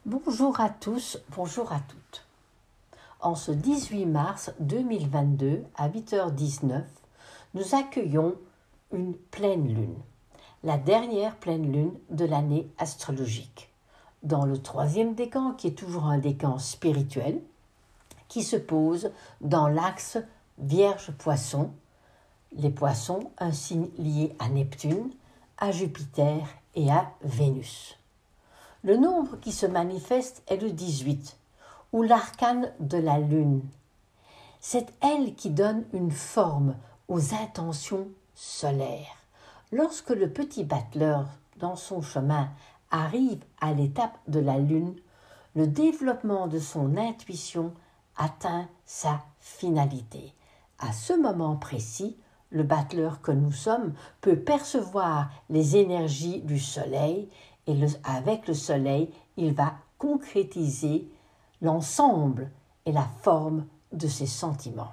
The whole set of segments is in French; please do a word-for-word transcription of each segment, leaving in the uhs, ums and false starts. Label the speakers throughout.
Speaker 1: Bonjour à tous, bonjour à toutes. En ce dix-huit mars deux mille vingt-deux, à huit heures dix-neuf, nous accueillons une pleine lune, la dernière pleine lune de l'année astrologique, dans le troisième décan, qui est toujours un décan spirituel, qui se pose dans l'axe Vierge-Poisson, les poissons, un signe lié à Neptune, à Jupiter et à Vénus. Le nombre qui se manifeste est le dix-huit, ou l'arcane de la lune. C'est elle qui donne une forme aux intentions solaires. Lorsque le petit battleur, dans son chemin, arrive à l'étape de la lune, le développement de son intuition atteint sa finalité. À ce moment précis, le battleur que nous sommes peut percevoir les énergies du soleil et le, avec le soleil, il va concrétiser l'ensemble et la forme de ses sentiments.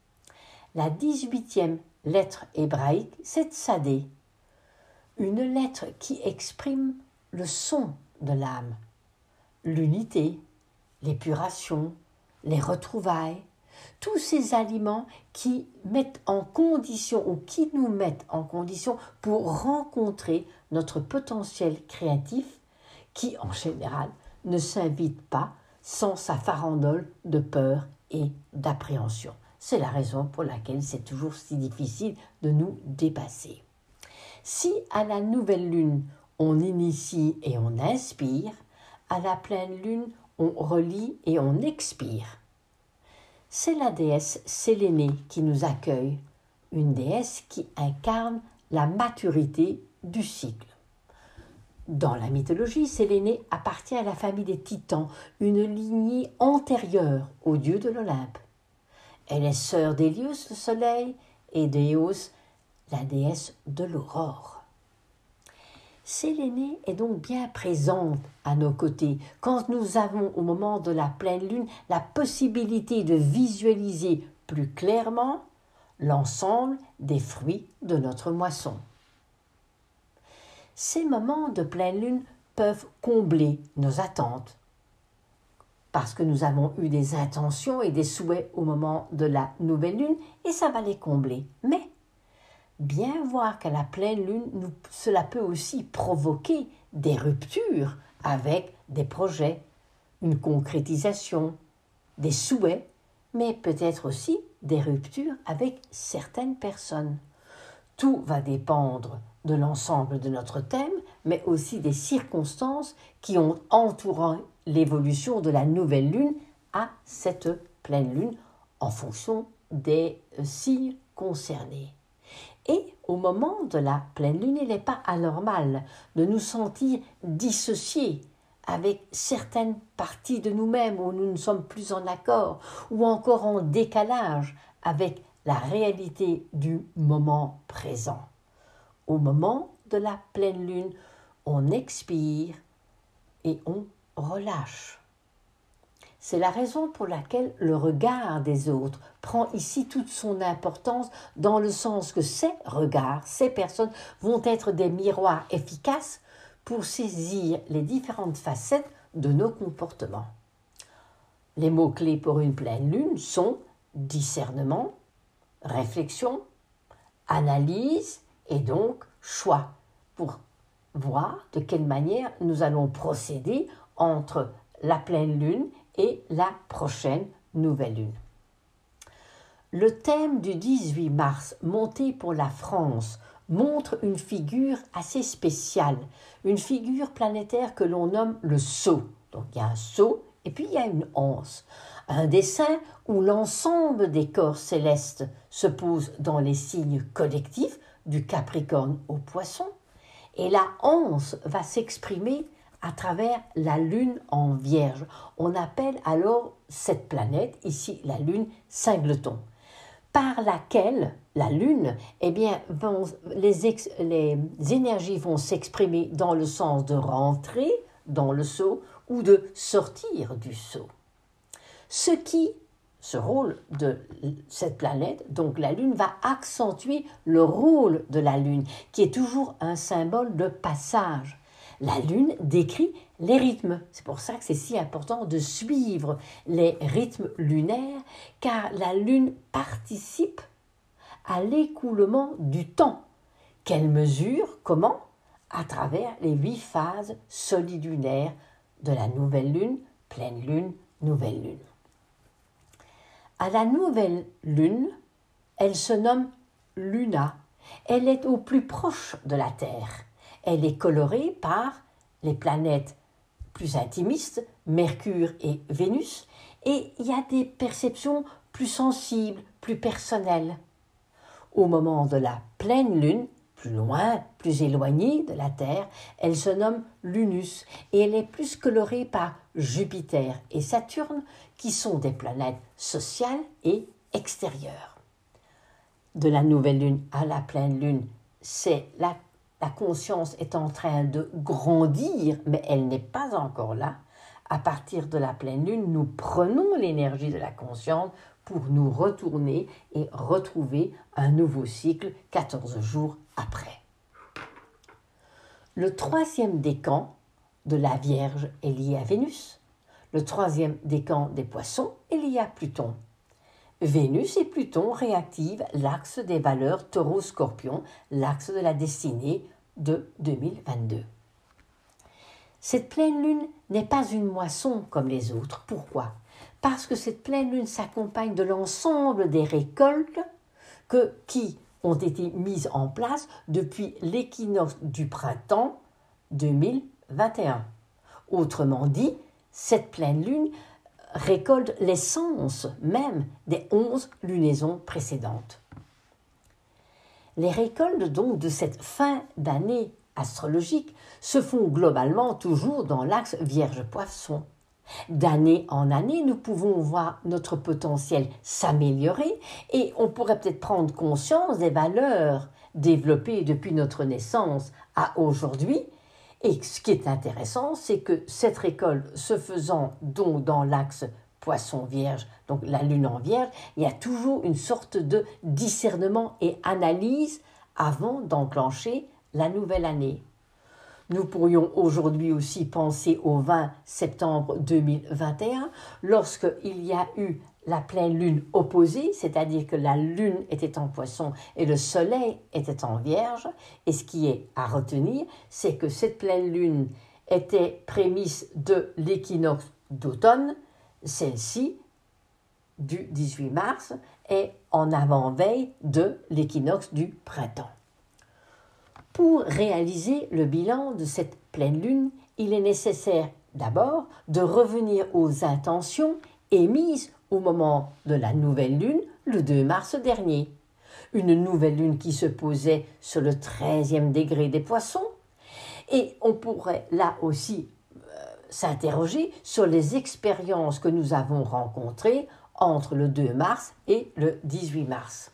Speaker 1: La dix-huitième lettre hébraïque, c'est Tsadé, une lettre qui exprime le son de l'âme, l'unité, l'épuration, les retrouvailles, tous ces aliments qui mettent en condition ou qui nous mettent en condition pour rencontrer notre potentiel créatif qui, en général, ne s'invite pas sans sa farandole de peur et d'appréhension. C'est la raison pour laquelle c'est toujours si difficile de nous dépasser. Si à la nouvelle lune, on initie et on inspire, à la pleine lune, on relie et on expire. C'est la déesse Sélénée qui nous accueille, une déesse qui incarne la maturité du cycle. Dans la mythologie, Sélénée appartient à la famille des Titans, une lignée antérieure au dieu de l'Olympe. Elle est sœur d'Hélios, le soleil, et d'Éos, la déesse de l'aurore. Sélénée est donc bien présente à nos côtés quand nous avons, au moment de la pleine lune, la possibilité de visualiser plus clairement l'ensemble des fruits de notre moisson. Ces moments de pleine lune peuvent combler nos attentes, parce que nous avons eu des intentions et des souhaits au moment de la nouvelle lune, et ça va les combler. Mais bien voir qu'à la pleine lune, nous, cela peut aussi provoquer des ruptures avec des projets, une concrétisation, des souhaits, mais peut-être aussi des ruptures avec certaines personnes. Tout va dépendre de l'ensemble de notre thème, mais aussi des circonstances qui ont entouré l'évolution de la nouvelle lune à cette pleine lune en fonction des signes concernés. Et au moment de la pleine lune, il n'est pas anormal de nous sentir dissociés avec certaines parties de nous-mêmes où nous ne sommes plus en accord ou encore en décalage avec la réalité du moment présent. Au moment de la pleine lune, on expire et on relâche. C'est la raison pour laquelle le regard des autres prend ici toute son importance, dans le sens que ces regards, ces personnes vont être des miroirs efficaces pour saisir les différentes facettes de nos comportements. Les mots-clés pour une pleine lune sont discernement, réflexion, analyse et donc choix, pour voir de quelle manière nous allons procéder entre la pleine lune et la prochaine nouvelle lune. Le thème du dix-huit mars, monté pour la France, montre une figure assez spéciale, une figure planétaire que l'on nomme le sceau. Donc il y a un sceau et puis il y a une anse. Un dessin où l'ensemble des corps célestes se pose dans les signes collectifs du Capricorne au Poisson, et la anse va s'exprimer à travers la lune en Vierge. On appelle alors cette planète, ici la lune, Singleton, par laquelle la lune, eh bien, vont, les, ex, les énergies vont s'exprimer dans le sens de rentrer dans le sceau ou de sortir du sceau. Ce qui, ce rôle de cette planète, donc la lune, va accentuer le rôle de la lune, qui est toujours un symbole de passage. La lune décrit les rythmes. C'est pour ça que c'est si important de suivre les rythmes lunaires, car la lune participe à l'écoulement du temps, qu'elle mesure comment? À travers les huit phases solilunaires de la nouvelle lune, pleine lune, nouvelle lune. À la nouvelle lune, elle se nomme Luna. Elle est au plus proche de la Terre. Elle est colorée par les planètes plus intimistes, Mercure et Vénus, et il y a des perceptions plus sensibles, plus personnelles. Au moment de la pleine lune, plus loin, plus éloignée de la Terre, elle se nomme Lunus et elle est plus colorée par Jupiter et Saturne qui sont des planètes sociales et extérieures. De la nouvelle lune à la pleine lune, c'est la, la conscience est en train de grandir, mais elle n'est pas encore là. À partir de la pleine lune, nous prenons l'énergie de la conscience pour nous retourner et retrouver un nouveau cycle quatorze jours après. Le troisième décan de la Vierge est lié à Vénus. Le troisième décan des Poissons est lié à Pluton. Vénus et Pluton réactivent l'axe des valeurs Taureau-Scorpion, l'axe de la destinée de deux mille vingt-deux. Cette pleine lune n'est pas une moisson comme les autres. Pourquoi? Parce que cette pleine lune s'accompagne de l'ensemble des récoltes que, qui ont été mises en place depuis l'équinoxe du printemps deux mille vingt et un. Autrement dit, cette pleine lune récolte l'essence même des onze lunaisons précédentes. Les récoltes donc de cette fin d'année astrologique se font globalement toujours dans l'axe Vierge-Poisson. D'année en année, nous pouvons voir notre potentiel s'améliorer et on pourrait peut-être prendre conscience des valeurs développées depuis notre naissance à aujourd'hui. Et ce qui est intéressant, c'est que cette récolte se faisant donc dans l'axe Poisson-Vierge, donc la lune en Vierge, il y a toujours une sorte de discernement et analyse avant d'enclencher la nouvelle année. Nous pourrions aujourd'hui aussi penser au vingt septembre deux mille vingt et un, lorsqu'il y a eu la pleine lune opposée, c'est-à-dire que la lune était en Poisson et le soleil était en Vierge. Et ce qui est à retenir, c'est que cette pleine lune était prémisse de l'équinoxe d'automne. Celle-ci, du dix-huit mars, est en avant-veille de l'équinoxe du printemps. Pour réaliser le bilan de cette pleine lune, il est nécessaire d'abord de revenir aux intentions émises au moment de la nouvelle lune, le deux mars dernier. Une nouvelle lune qui se posait sur le treizième degré des Poissons. Et on pourrait là aussi euh, s'interroger sur les expériences que nous avons rencontrées entre le deux mars et le dix-huit mars.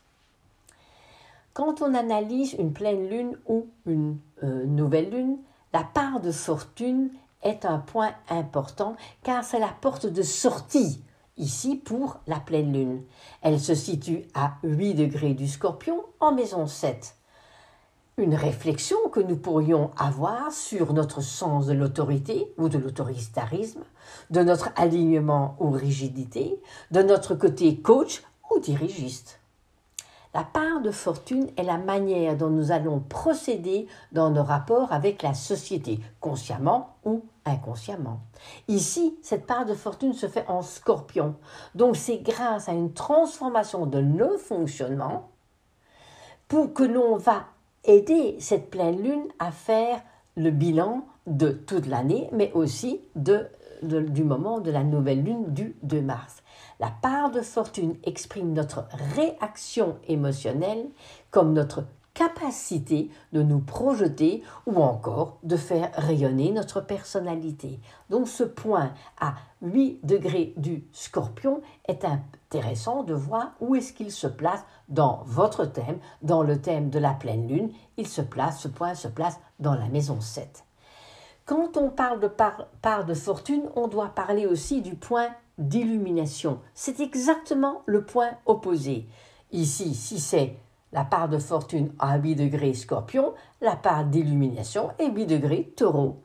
Speaker 1: Quand on analyse une pleine lune ou une euh, nouvelle lune, la part de fortune est un point important car c'est la porte de sortie ici pour la pleine lune. Elle se situe à huit degrés du Scorpion en maison sept. Une réflexion que nous pourrions avoir sur notre sens de l'autorité ou de l'autoritarisme, de notre alignement ou rigidité, de notre côté coach ou dirigiste. La part de fortune est la manière dont nous allons procéder dans nos rapports avec la société, consciemment ou inconsciemment. Ici, cette part de fortune se fait en Scorpion. Donc c'est grâce à une transformation de nos fonctionnements pour que l'on va aider cette pleine lune à faire le bilan de toute l'année, mais aussi de, de, du moment de la nouvelle lune du deux mars. La part de fortune exprime notre réaction émotionnelle comme notre capacité de nous projeter ou encore de faire rayonner notre personnalité. Donc ce point à huit degrés du Scorpion est intéressant de voir où est-ce qu'il se place dans votre thème, dans le thème de la pleine lune. Il se place, ce point se place dans la maison sept. Quand on parle de part, part de fortune, on doit parler aussi du point d'illumination. C'est exactement le point opposé. Ici, si c'est la part de fortune à huit degrés Scorpion, la part d'illumination est huit degrés Taureau.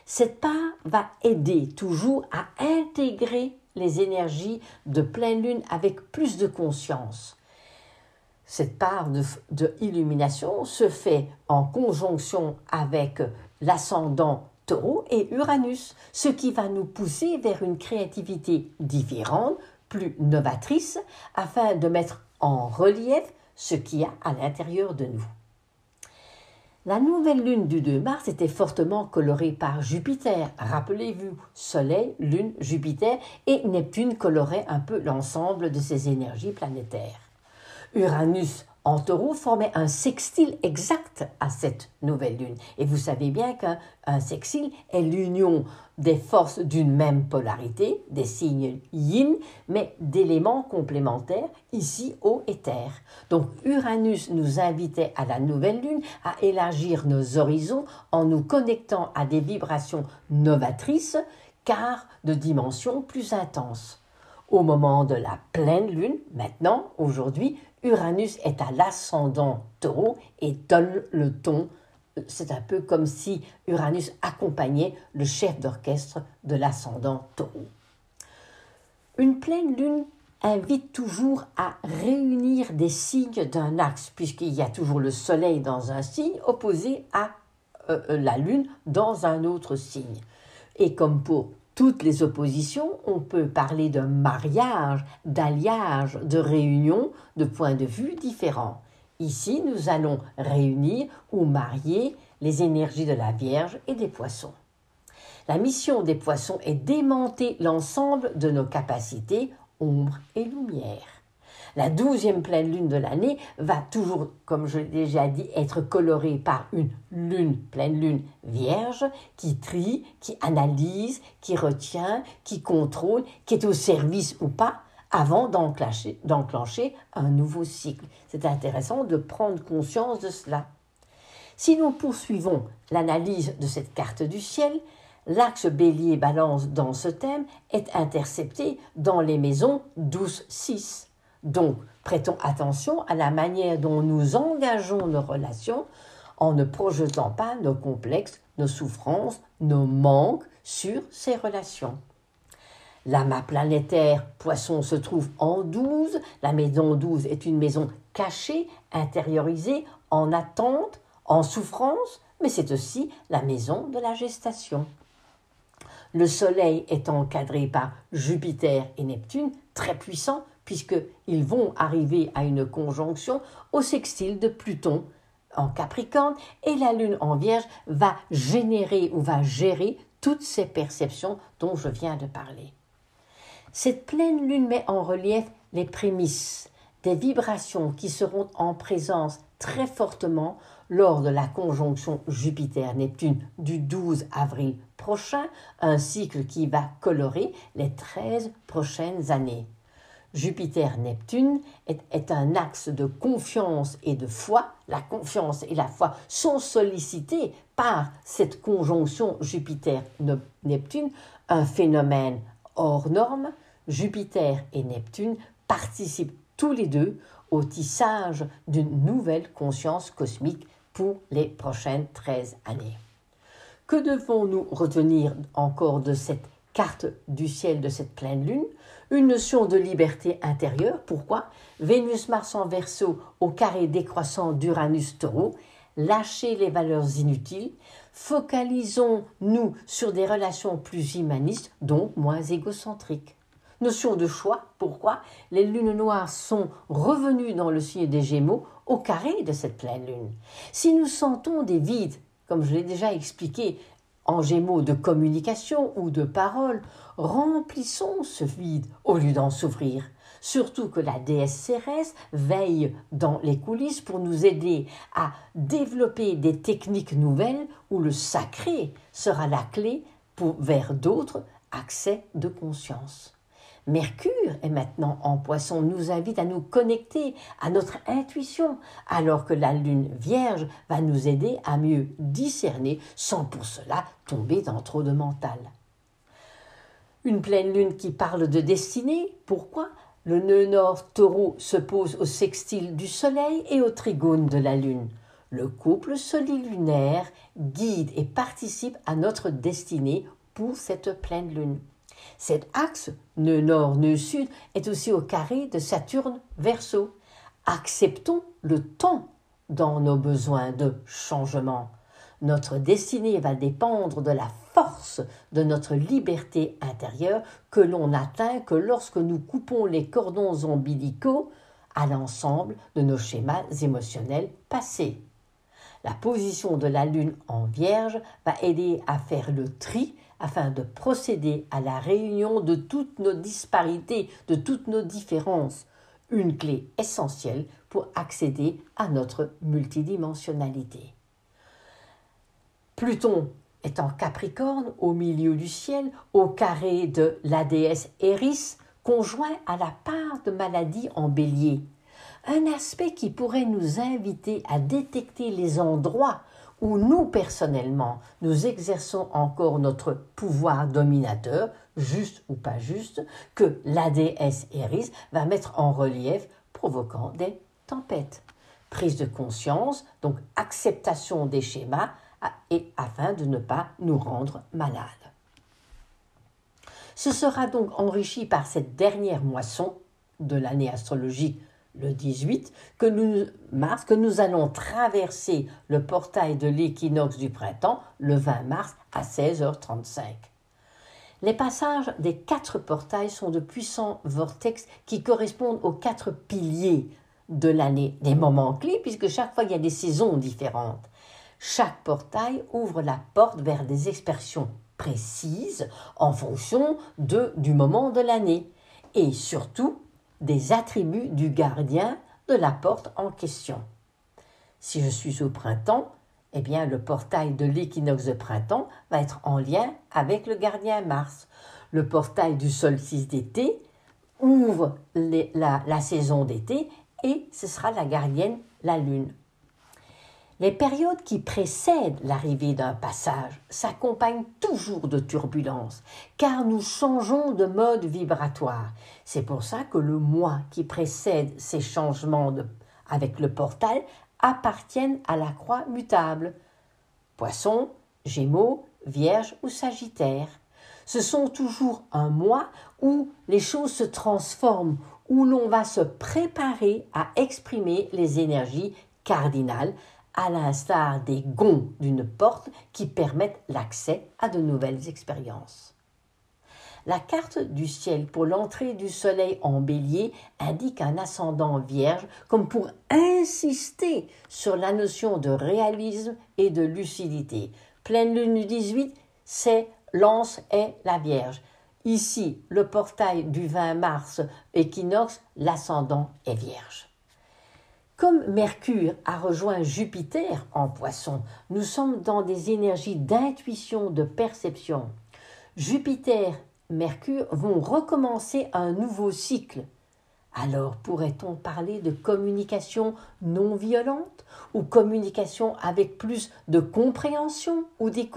Speaker 1: Cette part va aider toujours à intégrer les énergies de pleine lune avec plus de conscience. Cette part de, de illumination se fait en conjonction avec l'ascendant Taureau et Uranus, ce qui va nous pousser vers une créativité différente, plus novatrice, afin de mettre en relief ce qu'il y a à l'intérieur de nous. La nouvelle lune du deux mars était fortement colorée par Jupiter. Rappelez-vous, Soleil, Lune, Jupiter et Neptune coloraient un peu l'ensemble de ces énergies planétaires. Uranus en Taureau formait un sextile exact à cette nouvelle lune. Et vous savez bien qu'un un sextile est l'union des forces d'une même polarité, des signes yin, mais d'éléments complémentaires, ici eau et terre. Donc Uranus nous invitait à la nouvelle lune à élargir nos horizons en nous connectant à des vibrations novatrices, car de dimensions plus intenses. Au moment de la pleine lune, maintenant, aujourd'hui, Uranus est à l'ascendant Taureau et donne le ton. C'est un peu comme si Uranus accompagnait le chef d'orchestre de l'ascendant Taureau. Une pleine lune invite toujours à réunir des signes d'un axe, puisqu'il y a toujours le soleil dans un signe opposé à euh, la lune dans un autre signe. Et comme pour toutes les oppositions, on peut parler de mariage, d'alliage, de réunion, de points de vue différents. Ici, nous allons réunir ou marier les énergies de la Vierge et des Poissons. La mission des Poissons est d'aimanter l'ensemble de nos capacités, ombre et lumière. La douzième pleine lune de l'année va toujours, comme je l'ai déjà dit, être colorée par une lune, pleine lune vierge, qui trie, qui analyse, qui retient, qui contrôle, qui est au service ou pas, avant d'enclencher, d'enclencher un nouveau cycle. C'est intéressant de prendre conscience de cela. Si nous poursuivons l'analyse de cette carte du ciel, l'axe bélier-balance dans ce thème est intercepté dans les maisons douze six. Donc, prêtons attention à la manière dont nous engageons nos relations en ne projetant pas nos complexes, nos souffrances, nos manques sur ces relations. L'amas planétaire Poisson se trouve en douze. La maison douze est une maison cachée, intériorisée, en attente, en souffrance, mais c'est aussi la maison de la gestation. Le Soleil est encadré par Jupiter et Neptune, très puissants, puisqu'ils vont arriver à une conjonction au sextile de Pluton en Capricorne, et la Lune en Vierge va générer ou va gérer toutes ces perceptions dont je viens de parler. Cette pleine Lune met en relief les prémices des vibrations qui seront en présence très fortement lors de la conjonction Jupiter-Neptune du douze avril prochain, un cycle qui va colorer les treize prochaines années. Jupiter-Neptune est, est un axe de confiance et de foi. La confiance et la foi sont sollicitées par cette conjonction Jupiter-Neptune, un phénomène hors norme. Jupiter et Neptune participent tous les deux au tissage d'une nouvelle conscience cosmique pour les prochaines treize années. Que devons-nous retenir encore de cette carte du ciel de cette pleine lune? Une notion de liberté intérieure. Pourquoi? Vénus-Mars en Verseau au carré décroissant d'Uranus-Taureau. Lâchez les valeurs inutiles. Focalisons-nous sur des relations plus humanistes, donc moins égocentriques. Notion de choix. Pourquoi? Les lunes noires sont revenues dans le signe des Gémeaux au carré de cette pleine lune. Si nous sentons des vides, comme je l'ai déjà expliqué, en Gémeaux de communication ou de parole, remplissons ce vide au lieu d'en souffrir. Surtout que la déesse Cérès veille dans les coulisses pour nous aider à développer des techniques nouvelles où le sacré sera la clé pour, vers d'autres accès de conscience. Mercure est maintenant en Poisson, nous invite à nous connecter à notre intuition, alors que la Lune Vierge va nous aider à mieux discerner sans pour cela tomber dans trop de mental. Une pleine Lune qui parle de destinée, pourquoi? Le nœud nord Taureau se pose au sextile du Soleil et au trigone de la Lune. Le couple solilunaire guide et participe à notre destinée pour cette pleine lune. Cet axe, nœud nord, nœud sud, est aussi au carré de Saturne Verseau. Acceptons le temps dans nos besoins de changement. Notre destinée va dépendre de la force de notre liberté intérieure que l'on n'atteint que lorsque nous coupons les cordons ombilicaux à l'ensemble de nos schémas émotionnels passés. La position de la Lune en Vierge va aider à faire le tri afin de procéder à la réunion de toutes nos disparités, de toutes nos différences, une clé essentielle pour accéder à notre multidimensionnalité. Pluton est en Capricorne, au milieu du ciel, au carré de la déesse Eris, conjoint à la part de maladie en Bélier. Un aspect qui pourrait nous inviter à détecter les endroits où nous, personnellement, nous exerçons encore notre pouvoir dominateur, juste ou pas juste, que la déesse Eris va mettre en relief, provoquant des tempêtes. Prise de conscience, donc acceptation des schémas, et afin de ne pas nous rendre malades. Ce sera donc enrichi par cette dernière moisson de l'année astrologique, le dix-huit, que nous, mars, que nous allons traverser le portail de l'équinoxe du printemps le vingt mars à seize heures trente-cinq. Les passages des quatre portails sont de puissants vortex qui correspondent aux quatre piliers de l'année, des moments clés, puisque chaque fois il y a des saisons différentes. Chaque portail ouvre la porte vers des expressions précises en fonction de, du moment de l'année et surtout des attributs du gardien de la porte en question. Si je suis au printemps, eh bien le portail de l'équinoxe de printemps va être en lien avec le gardien Mars. Le portail du solstice d'été ouvre les, la, la saison d'été et ce sera la gardienne, la Lune. Les périodes qui précèdent l'arrivée d'un passage s'accompagnent toujours de turbulences, car nous changeons de mode vibratoire. C'est pour ça que le mois qui précède ces changements de, avec le portail appartiennent à la croix mutable. Poisson, Gémeaux, Vierge ou Sagittaire. Ce sont toujours un mois où les choses se transforment, où l'on va se préparer à exprimer les énergies cardinales, à l'instar des gonds d'une porte qui permettent l'accès à de nouvelles expériences. La carte du ciel pour l'entrée du soleil en bélier indique un ascendant vierge comme pour insister sur la notion de réalisme et de lucidité. Pleine lune du dix-huit, c'est l'anse est la vierge. Ici, le portail du vingt mars, équinoxe, l'ascendant est vierge. Comme Mercure a rejoint Jupiter en Poisson, nous sommes dans des énergies d'intuition, de perception. Jupiter, Mercure vont recommencer un nouveau cycle. Alors pourrait-on parler de communication non violente ou communication avec plus de compréhension ou d'écoute ?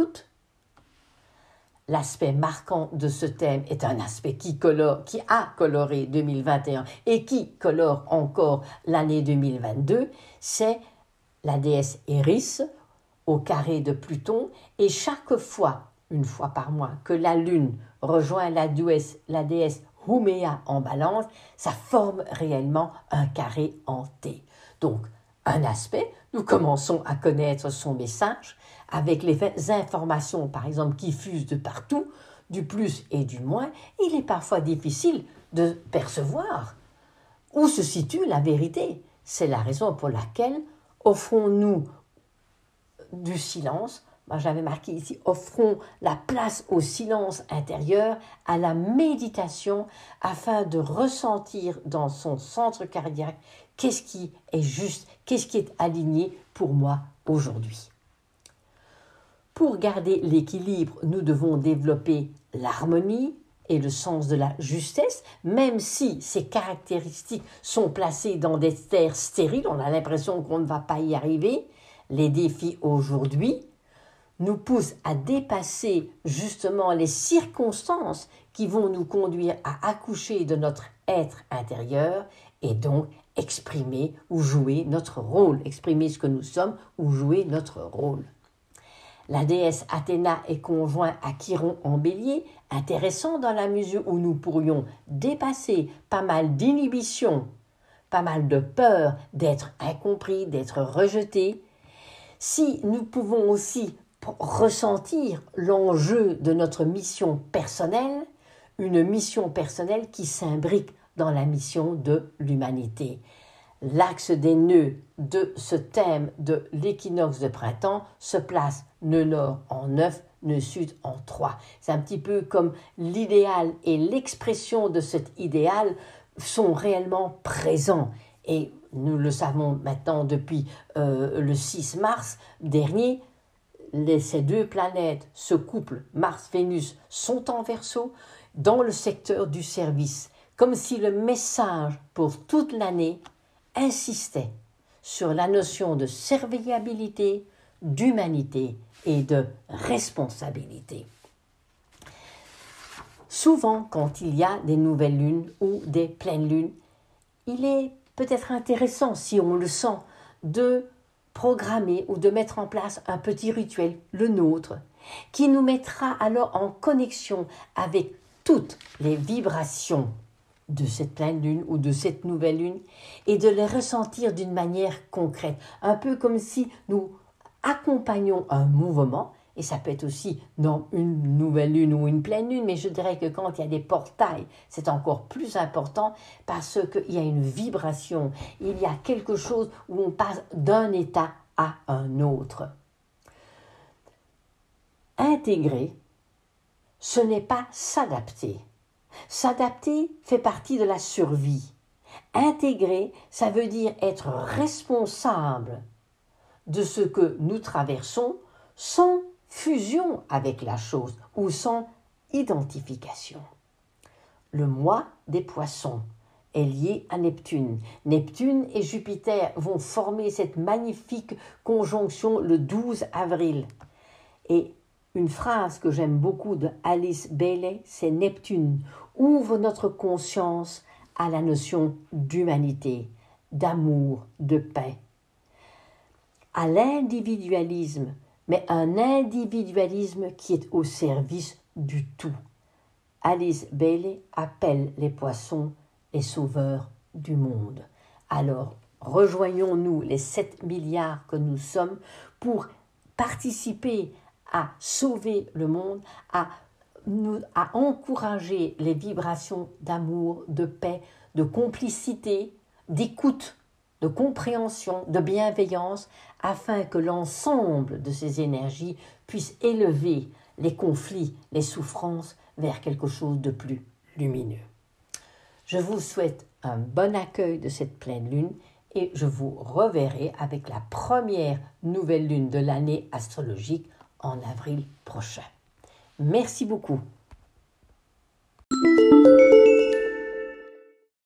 Speaker 1: L'aspect marquant de ce thème est un aspect qui colore, qui a coloré deux mille vingt et un et qui colore encore l'année deux mille vingt-deux, c'est la déesse Eris au carré de Pluton, et chaque fois, une fois par mois, que la Lune rejoint la déesse, la déesse Ouméa en Balance, ça forme réellement un carré en T. Donc, un aspect, nous commençons à connaître son message avec les informations, par exemple, qui fusent de partout, du plus et du moins. Il est parfois difficile de percevoir où se situe la vérité. C'est la raison pour laquelle offrons-nous du silence. Moi, j'avais marqué ici, offrons la place au silence intérieur, à la méditation, afin de ressentir dans son centre cardiaque qu'est-ce qui est juste, qu'est-ce qui est aligné pour moi aujourd'hui. Pour garder l'équilibre, nous devons développer l'harmonie et le sens de la justesse, même si ces caractéristiques sont placées dans des terres stériles, on a l'impression qu'on ne va pas y arriver. Les défis aujourd'hui nous poussent à dépasser justement les circonstances qui vont nous conduire à accoucher de notre être intérieur et donc exprimer ou jouer notre rôle, exprimer ce que nous sommes ou jouer notre rôle. La déesse Athéna est conjointe à Chiron en Bélier, intéressant dans la mesure où nous pourrions dépasser pas mal d'inhibitions, pas mal de peur d'être incompris, d'être rejetés. Si nous pouvons aussi ressentir l'enjeu de notre mission personnelle, une mission personnelle qui s'imbrique dans la mission de l'humanité. L'axe des nœuds de ce thème de l'équinoxe de printemps se place nœud nord en neuf, nœud sud en trois. C'est un petit peu comme l'idéal et l'expression de cet idéal sont réellement présents. Et nous le savons maintenant depuis euh, le six mars dernier, les, ces deux planètes, ce couple Mars-Vénus, sont en Verseau dans le secteur du service, comme si le message pour toute l'année insistait sur la notion de serviabilité, d'humanité et de responsabilité. Souvent, quand il y a des nouvelles lunes ou des pleines lunes, il est peut-être intéressant, si on le sent, de programmer ou de mettre en place un petit rituel, le nôtre, qui nous mettra alors en connexion avec toutes les vibrations de cette pleine lune ou de cette nouvelle lune et de les ressentir d'une manière concrète, un peu comme si nous accompagnons un mouvement, et ça peut être aussi non une nouvelle lune ou une pleine lune, mais je dirais que quand il y a des portails, c'est encore plus important parce qu'il y a une vibration, il y a quelque chose où on passe d'un état à un autre. Intégrer, ce n'est pas s'adapter. S'adapter fait partie de la survie. Intégrer, ça veut dire être responsable de ce que nous traversons sans fusion avec la chose ou sans identification. Le mois des poissons est lié à Neptune. Neptune et Jupiter vont former cette magnifique conjonction le douze avril. Et une phrase que j'aime beaucoup de Alice Bailey, c'est Neptune ouvre notre conscience à la notion d'humanité, d'amour, de paix, à l'individualisme, mais un individualisme qui est au service du tout. Alice Bailey appelle les poissons les sauveurs du monde. Alors, rejoignons-nous les sept milliards que nous sommes pour participer à sauver le monde, à, nous, à encourager les vibrations d'amour, de paix, de complicité, d'écoute, de compréhension, de bienveillance, afin que l'ensemble de ces énergies puisse élever les conflits, les souffrances vers quelque chose de plus lumineux. Je vous souhaite un bon accueil de cette pleine lune et je vous reverrai avec la première nouvelle lune de l'année astrologique en avril prochain. Merci beaucoup.